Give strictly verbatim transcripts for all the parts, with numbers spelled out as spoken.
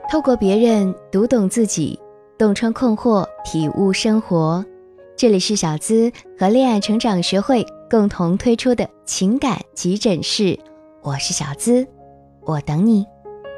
透过别人读懂自己，洞穿困惑，体悟生活。这里是小资和恋爱成长学会共同推出的情感急诊室，我是小资，我等你。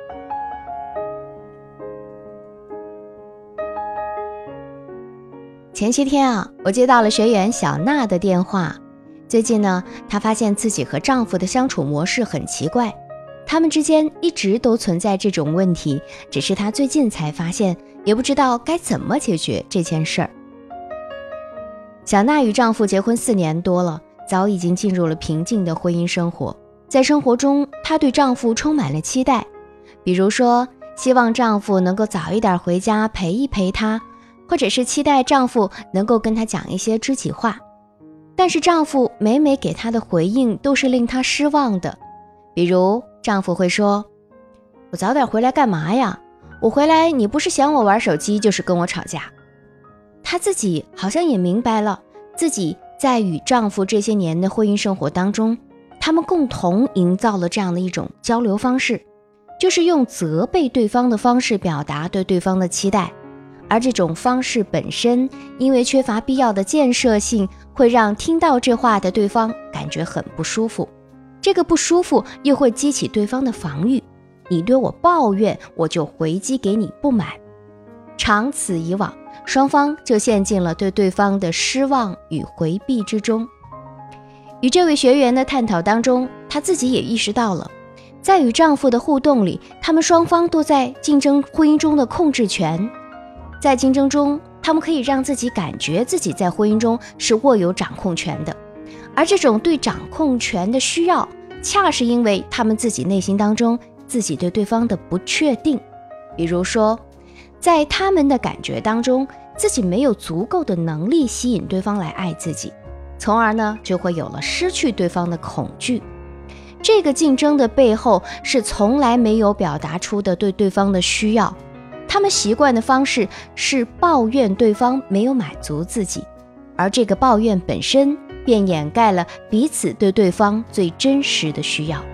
前些天啊，我接到了学员小娜的电话。最近呢，她发现自己和丈夫的相处模式很奇怪，他们之间一直都存在这种问题，只是她最近才发现，也不知道该怎么解决这件事儿。小娜与丈夫结婚四年多了，早已经进入了平静的婚姻生活。在生活中，她对丈夫充满了期待，比如说希望丈夫能够早一点回家陪一陪她，或者是期待丈夫能够跟她讲一些知己话。但是丈夫每每给她的回应都是令她失望的，比如丈夫会说，我早点回来干嘛呀？我回来你不是嫌我玩手机，就是跟我吵架。她自己好像也明白了，自己在与丈夫这些年的婚姻生活当中，他们共同营造了这样的一种交流方式，就是用责备对方的方式表达对对方的期待。而这种方式本身因为缺乏必要的建设性，会让听到这话的对方感觉很不舒服，这个不舒服又会激起对方的防御，你对我抱怨，我就回击给你不满。长此以往，双方就陷进了对对方的失望与回避之中。与这位学员的探讨当中，她自己也意识到了，在与丈夫的互动里，他们双方都在竞争婚姻中的控制权。在竞争中，他们可以让自己感觉自己在婚姻中是握有掌控权的，而这种对掌控权的需要，恰是因为他们自己内心当中自己对对方的不确定。比如说，在他们的感觉当中，自己没有足够的能力吸引对方来爱自己，从而呢就会有了失去对方的恐惧。这个竞争的背后是从来没有表达出的对对方的需要，他们习惯的方式是抱怨对方没有满足自己，而这个抱怨本身便掩盖了彼此对对方最真实的需要。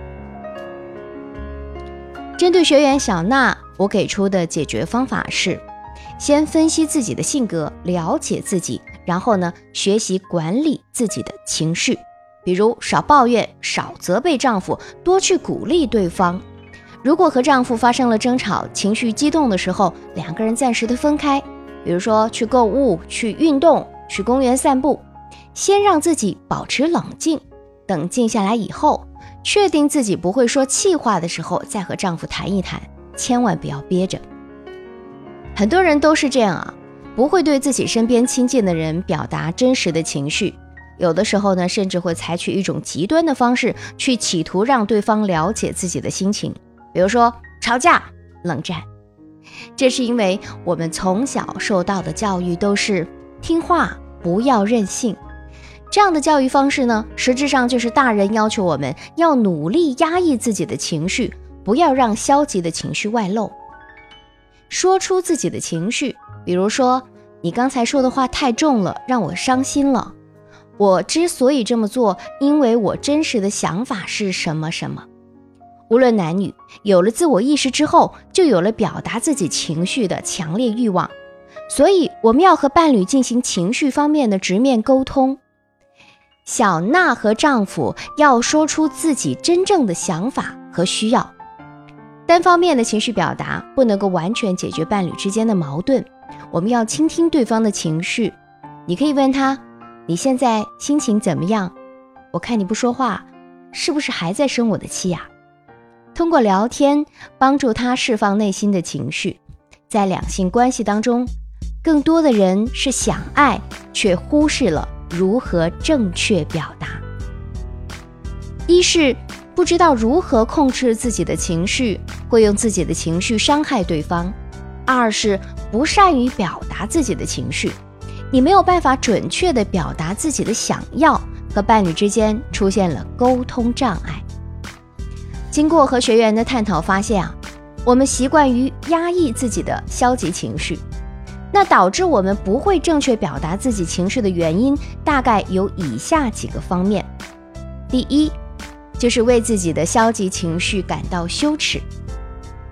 针对学员小娜，我给出的解决方法是，先分析自己的性格，了解自己，然后呢，学习管理自己的情绪，比如少抱怨，少责备丈夫，多去鼓励对方。如果和丈夫发生了争吵，情绪激动的时候，两个人暂时的分开，比如说去购物，去运动，去公园散步，先让自己保持冷静，等静下来以后，确定自己不会说气话的时候，再和丈夫谈一谈，千万不要憋着。很多人都是这样啊，不会对自己身边亲近的人表达真实的情绪，有的时候呢，甚至会采取一种极端的方式，去企图让对方了解自己的心情。比如说吵架、冷战，这是因为我们从小受到的教育都是听话，不要任性。这样的教育方式呢，实质上就是大人要求我们要努力压抑自己的情绪，不要让消极的情绪外露。说出自己的情绪，比如说，你刚才说的话太重了，让我伤心了。我之所以这么做，因为我真实的想法是什么什么。无论男女，有了自我意识之后，就有了表达自己情绪的强烈欲望，所以我们要和伴侣进行情绪方面的直面沟通。小娜和丈夫要说出自己真正的想法和需要，单方面的情绪表达不能够完全解决伴侣之间的矛盾，我们要倾听对方的情绪。你可以问他，你现在心情怎么样？我看你不说话，是不是还在生我的气呀？通过聊天帮助他释放内心的情绪。在两性关系当中，更多的人是想爱，却忽视了如何正确表达。一是不知道如何控制自己的情绪，会用自己的情绪伤害对方；二是不善于表达自己的情绪，你没有办法准确地表达自己的想要，和伴侣之间出现了沟通障碍。经过和学员的探讨发现啊，我们习惯于压抑自己的消极情绪，那导致我们不会正确表达自己情绪的原因，大概有以下几个方面。第一，就是为自己的消极情绪感到羞耻。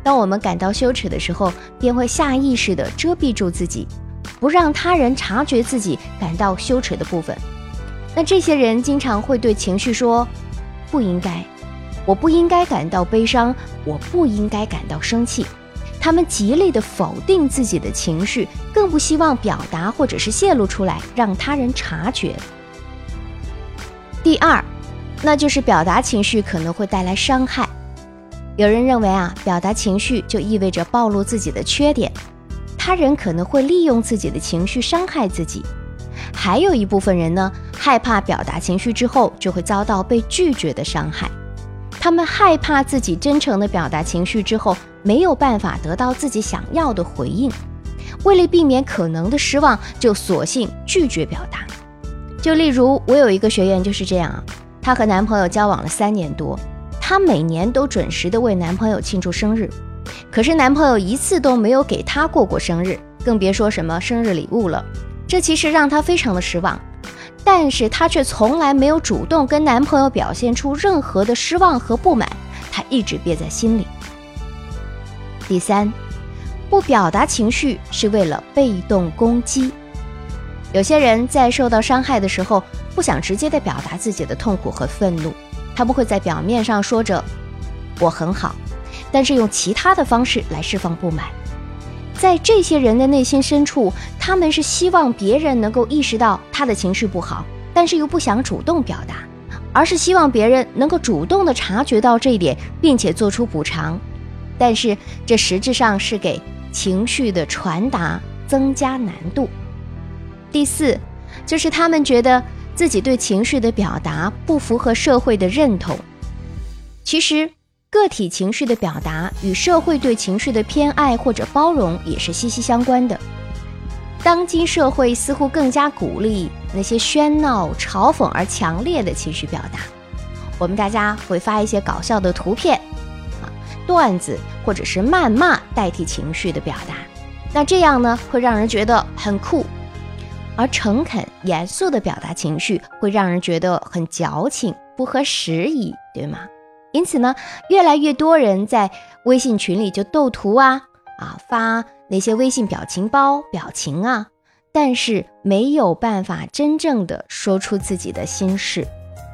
当我们感到羞耻的时候，便会下意识地遮蔽住自己，不让他人察觉自己感到羞耻的部分。那这些人经常会对情绪说，不应该，我不应该感到悲伤，我不应该感到生气。他们极力地否定自己的情绪，更不希望表达或者是泄露出来，让他人察觉。第二，那就是表达情绪可能会带来伤害。有人认为啊，表达情绪就意味着暴露自己的缺点，他人可能会利用自己的情绪伤害自己。还有一部分人呢，害怕表达情绪之后就会遭到被拒绝的伤害。他们害怕自己真诚地表达情绪之后，没有办法得到自己想要的回应，为了避免可能的失望，就索性拒绝表达。就例如我有一个学员就是这样啊，她和男朋友交往了三年多，她每年都准时地为男朋友庆祝生日，可是男朋友一次都没有给她过过生日，更别说什么生日礼物了。这其实让她非常的失望，但是她却从来没有主动跟男朋友表现出任何的失望和不满，她一直憋在心里。第三，不表达情绪是为了被动攻击。有些人在受到伤害的时候，不想直接地表达自己的痛苦和愤怒，他们会在表面上说着我很好，但是用其他的方式来释放不满。在这些人的内心深处，他们是希望别人能够意识到他的情绪不好，但是又不想主动表达，而是希望别人能够主动地察觉到这一点，并且做出补偿。但是这实质上是给情绪的传达增加难度。第四，就是他们觉得自己对情绪的表达不符合社会的认同。其实个体情绪的表达与社会对情绪的偏爱或者包容也是息息相关的。当今社会似乎更加鼓励那些喧闹、嘲讽而强烈的情绪表达，我们大家会发一些搞笑的图片啊、段子或者是谩骂代替情绪的表达，那这样呢会让人觉得很酷。而诚恳严肃的表达情绪会让人觉得很矫情，不合时宜，对吗？因此呢，越来越多人在微信群里就斗图啊啊发那些微信表情包表情啊，但是没有办法真正的说出自己的心事。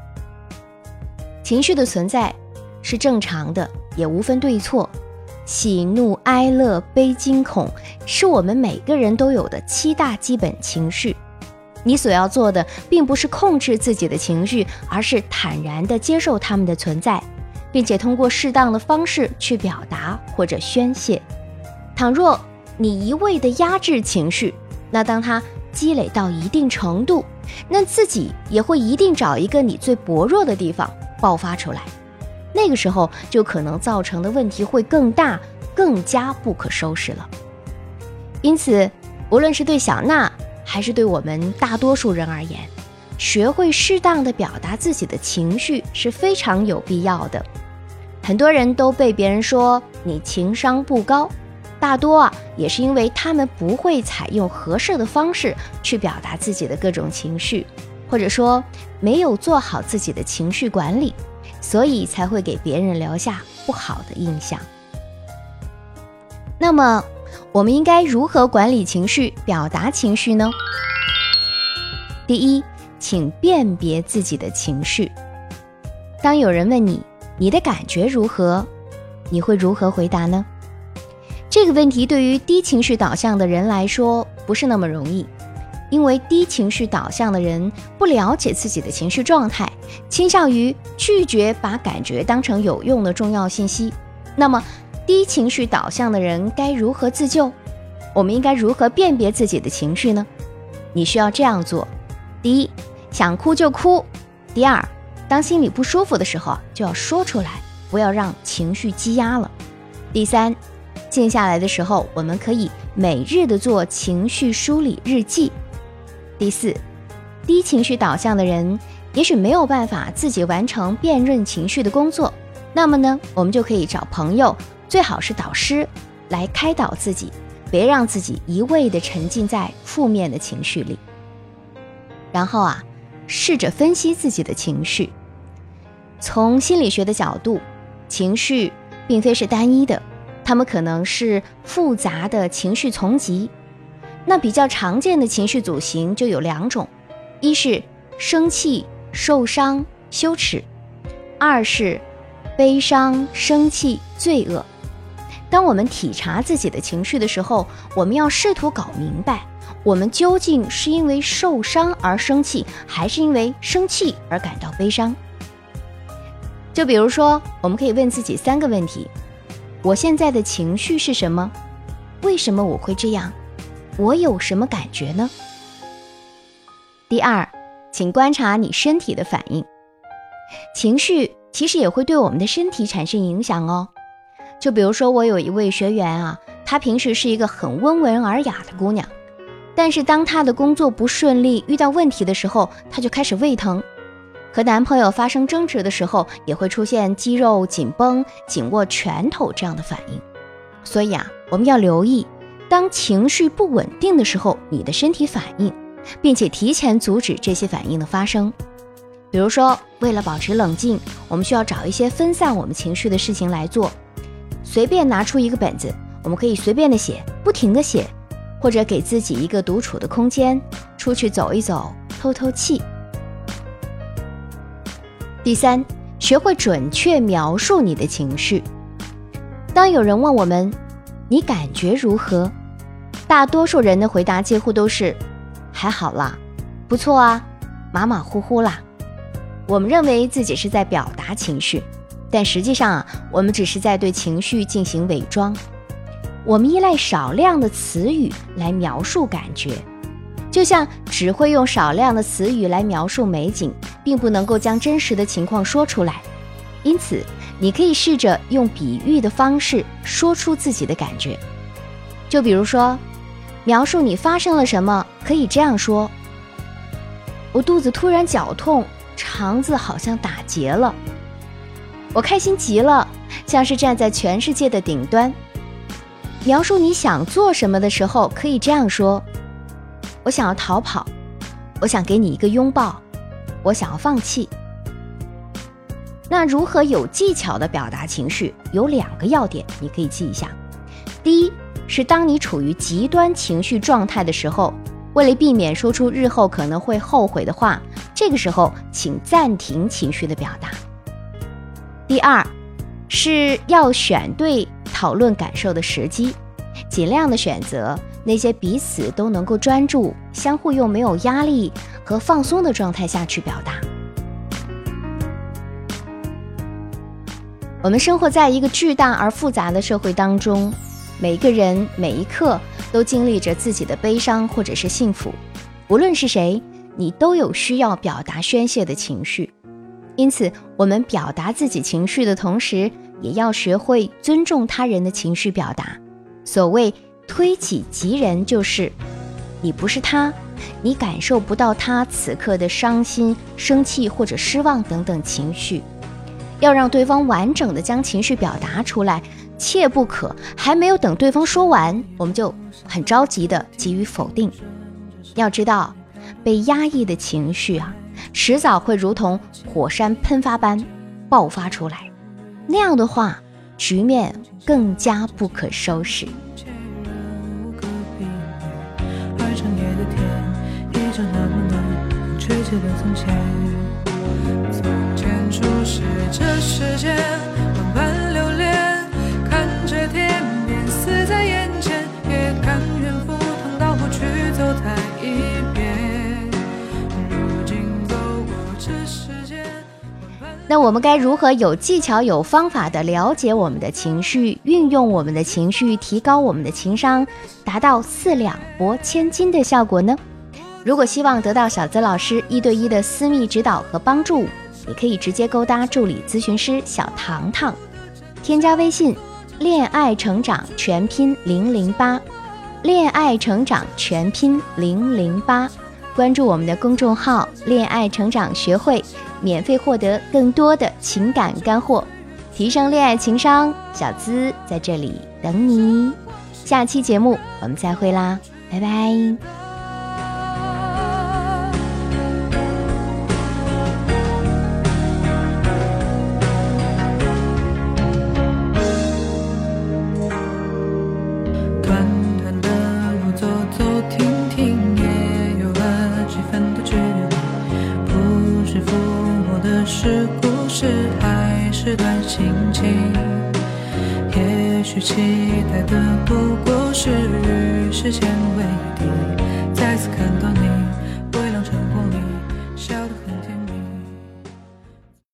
情绪的存在是正常的，也无分对错。喜怒哀乐悲惊恐是我们每个人都有的七大基本情绪。你所要做的并不是控制自己的情绪，而是坦然地接受它们的存在，并且通过适当的方式去表达或者宣泄。倘若你一味地压制情绪，那当它积累到一定程度，那自己也会一定找一个你最薄弱的地方爆发出来，那个时候就可能造成的问题会更大，更加不可收拾了。因此，无论是对小娜还是对我们大多数人而言，学会适当地表达自己的情绪是非常有必要的。很多人都被别人说你情商不高，大多啊也是因为他们不会采用合适的方式去表达自己的各种情绪，或者说没有做好自己的情绪管理，所以才会给别人留下不好的印象。那么我们应该如何管理情绪、表达情绪呢？第一，请辨别自己的情绪。当有人问你，你的感觉如何？你会如何回答呢？这个问题对于低情绪导向的人来说不是那么容易，因为低情绪导向的人不了解自己的情绪状态，倾向于拒绝把感觉当成有用的重要信息。那么低情绪导向的人该如何自救？我们应该如何辨别自己的情绪呢？你需要这样做：第一，想哭就哭；第二，当心里不舒服的时候就要说出来，不要让情绪积压了；第三，静下来的时候，我们可以每日的做情绪梳理日记；第四，低情绪导向的人也许没有办法自己完成辨认情绪的工作，那么呢，我们就可以找朋友，最好是导师来开导自己，别让自己一味地沉浸在负面的情绪里。然后啊，试着分析自己的情绪。从心理学的角度，情绪并非是单一的， 它们可能是复杂的情绪丛集。那比较常见的情绪组型就有两种，一是生气、受伤、羞耻；二是悲伤、生气、罪恶。当我们体察自己的情绪的时候，我们要试图搞明白，我们究竟是因为受伤而生气，还是因为生气而感到悲伤。就比如说，我们可以问自己三个问题：我现在的情绪是什么？为什么我会这样？我有什么感觉呢？第二，请观察你身体的反应。情绪其实也会对我们的身体产生影响哦。就比如说，我有一位学员啊，她平时是一个很温文尔雅的姑娘，但是当她的工作不顺利，遇到问题的时候，她就开始胃疼。和男朋友发生争执的时候，也会出现肌肉紧绷、紧握拳头这样的反应。所以啊，我们要留意，当情绪不稳定的时候，你的身体反应，并且提前阻止这些反应的发生。比如说，为了保持冷静，我们需要找一些分散我们情绪的事情来做。随便拿出一个本子，我们可以随便的写，不停的写，或者给自己一个独处的空间，出去走一走，透透气。第三，学会准确描述你的情绪。当有人问我们，你感觉如何？大多数人的回答几乎都是还好啦，不错啊，马马虎虎啦。我们认为自己是在表达情绪，但实际上啊，我们只是在对情绪进行伪装。我们依赖少量的词语来描述感觉，就像只会用少量的词语来描述美景，并不能够将真实的情况说出来。因此，你可以试着用比喻的方式说出自己的感觉。就比如说，描述你发生了什么，可以这样说：我肚子突然绞痛，肠子好像打结了。我开心极了，像是站在全世界的顶端。描述你想做什么的时候，可以这样说：我想要逃跑，我想给你一个拥抱，我想要放弃。那如何有技巧地表达情绪，有两个要点，你可以记一下。第一，是当你处于极端情绪状态的时候，为了避免说出日后可能会后悔的话，这个时候请暂停情绪的表达。第二，是要选对讨论感受的时机，尽量的选择那些彼此都能够专注、相互又没有压力和放松的状态下去表达。我们生活在一个巨大而复杂的社会当中，每一个人每一刻都经历着自己的悲伤或者是幸福，无论是谁，你都有需要表达宣泄的情绪。因此，我们表达自己情绪的同时，也要学会尊重他人的情绪表达。所谓推己及人，就是你不是他，你感受不到他此刻的伤心、生气或者失望等等情绪。要让对方完整的将情绪表达出来，切不可还没有等对方说完，我们就很着急的给予否定。要知道，被压抑的情绪啊，迟早会如同火山喷发般爆发出来，那样的话，局面更加不可收拾。 注视这世界万般流连，看着天边死在眼前，也甘愿赴汤蹈火去走它一遍。如今走过这世界， 那我们该如何有技巧有方法地了解我们的情绪，运用我们的情绪，提高我们的情商，达到四两拨千斤的效果呢？如果希望得到小资老师一对一的私密指导和帮助，你可以直接勾搭助理咨询师小糖糖，添加微信恋爱成长全拼零零八，恋爱成长全拼零零八，关注我们的公众号恋爱成长学会，免费获得更多的情感干货，提升恋爱情商，小资在这里等你。下期节目我们再会啦，拜拜。 是故事还是段心情，也许期待的不过是与时间为敌。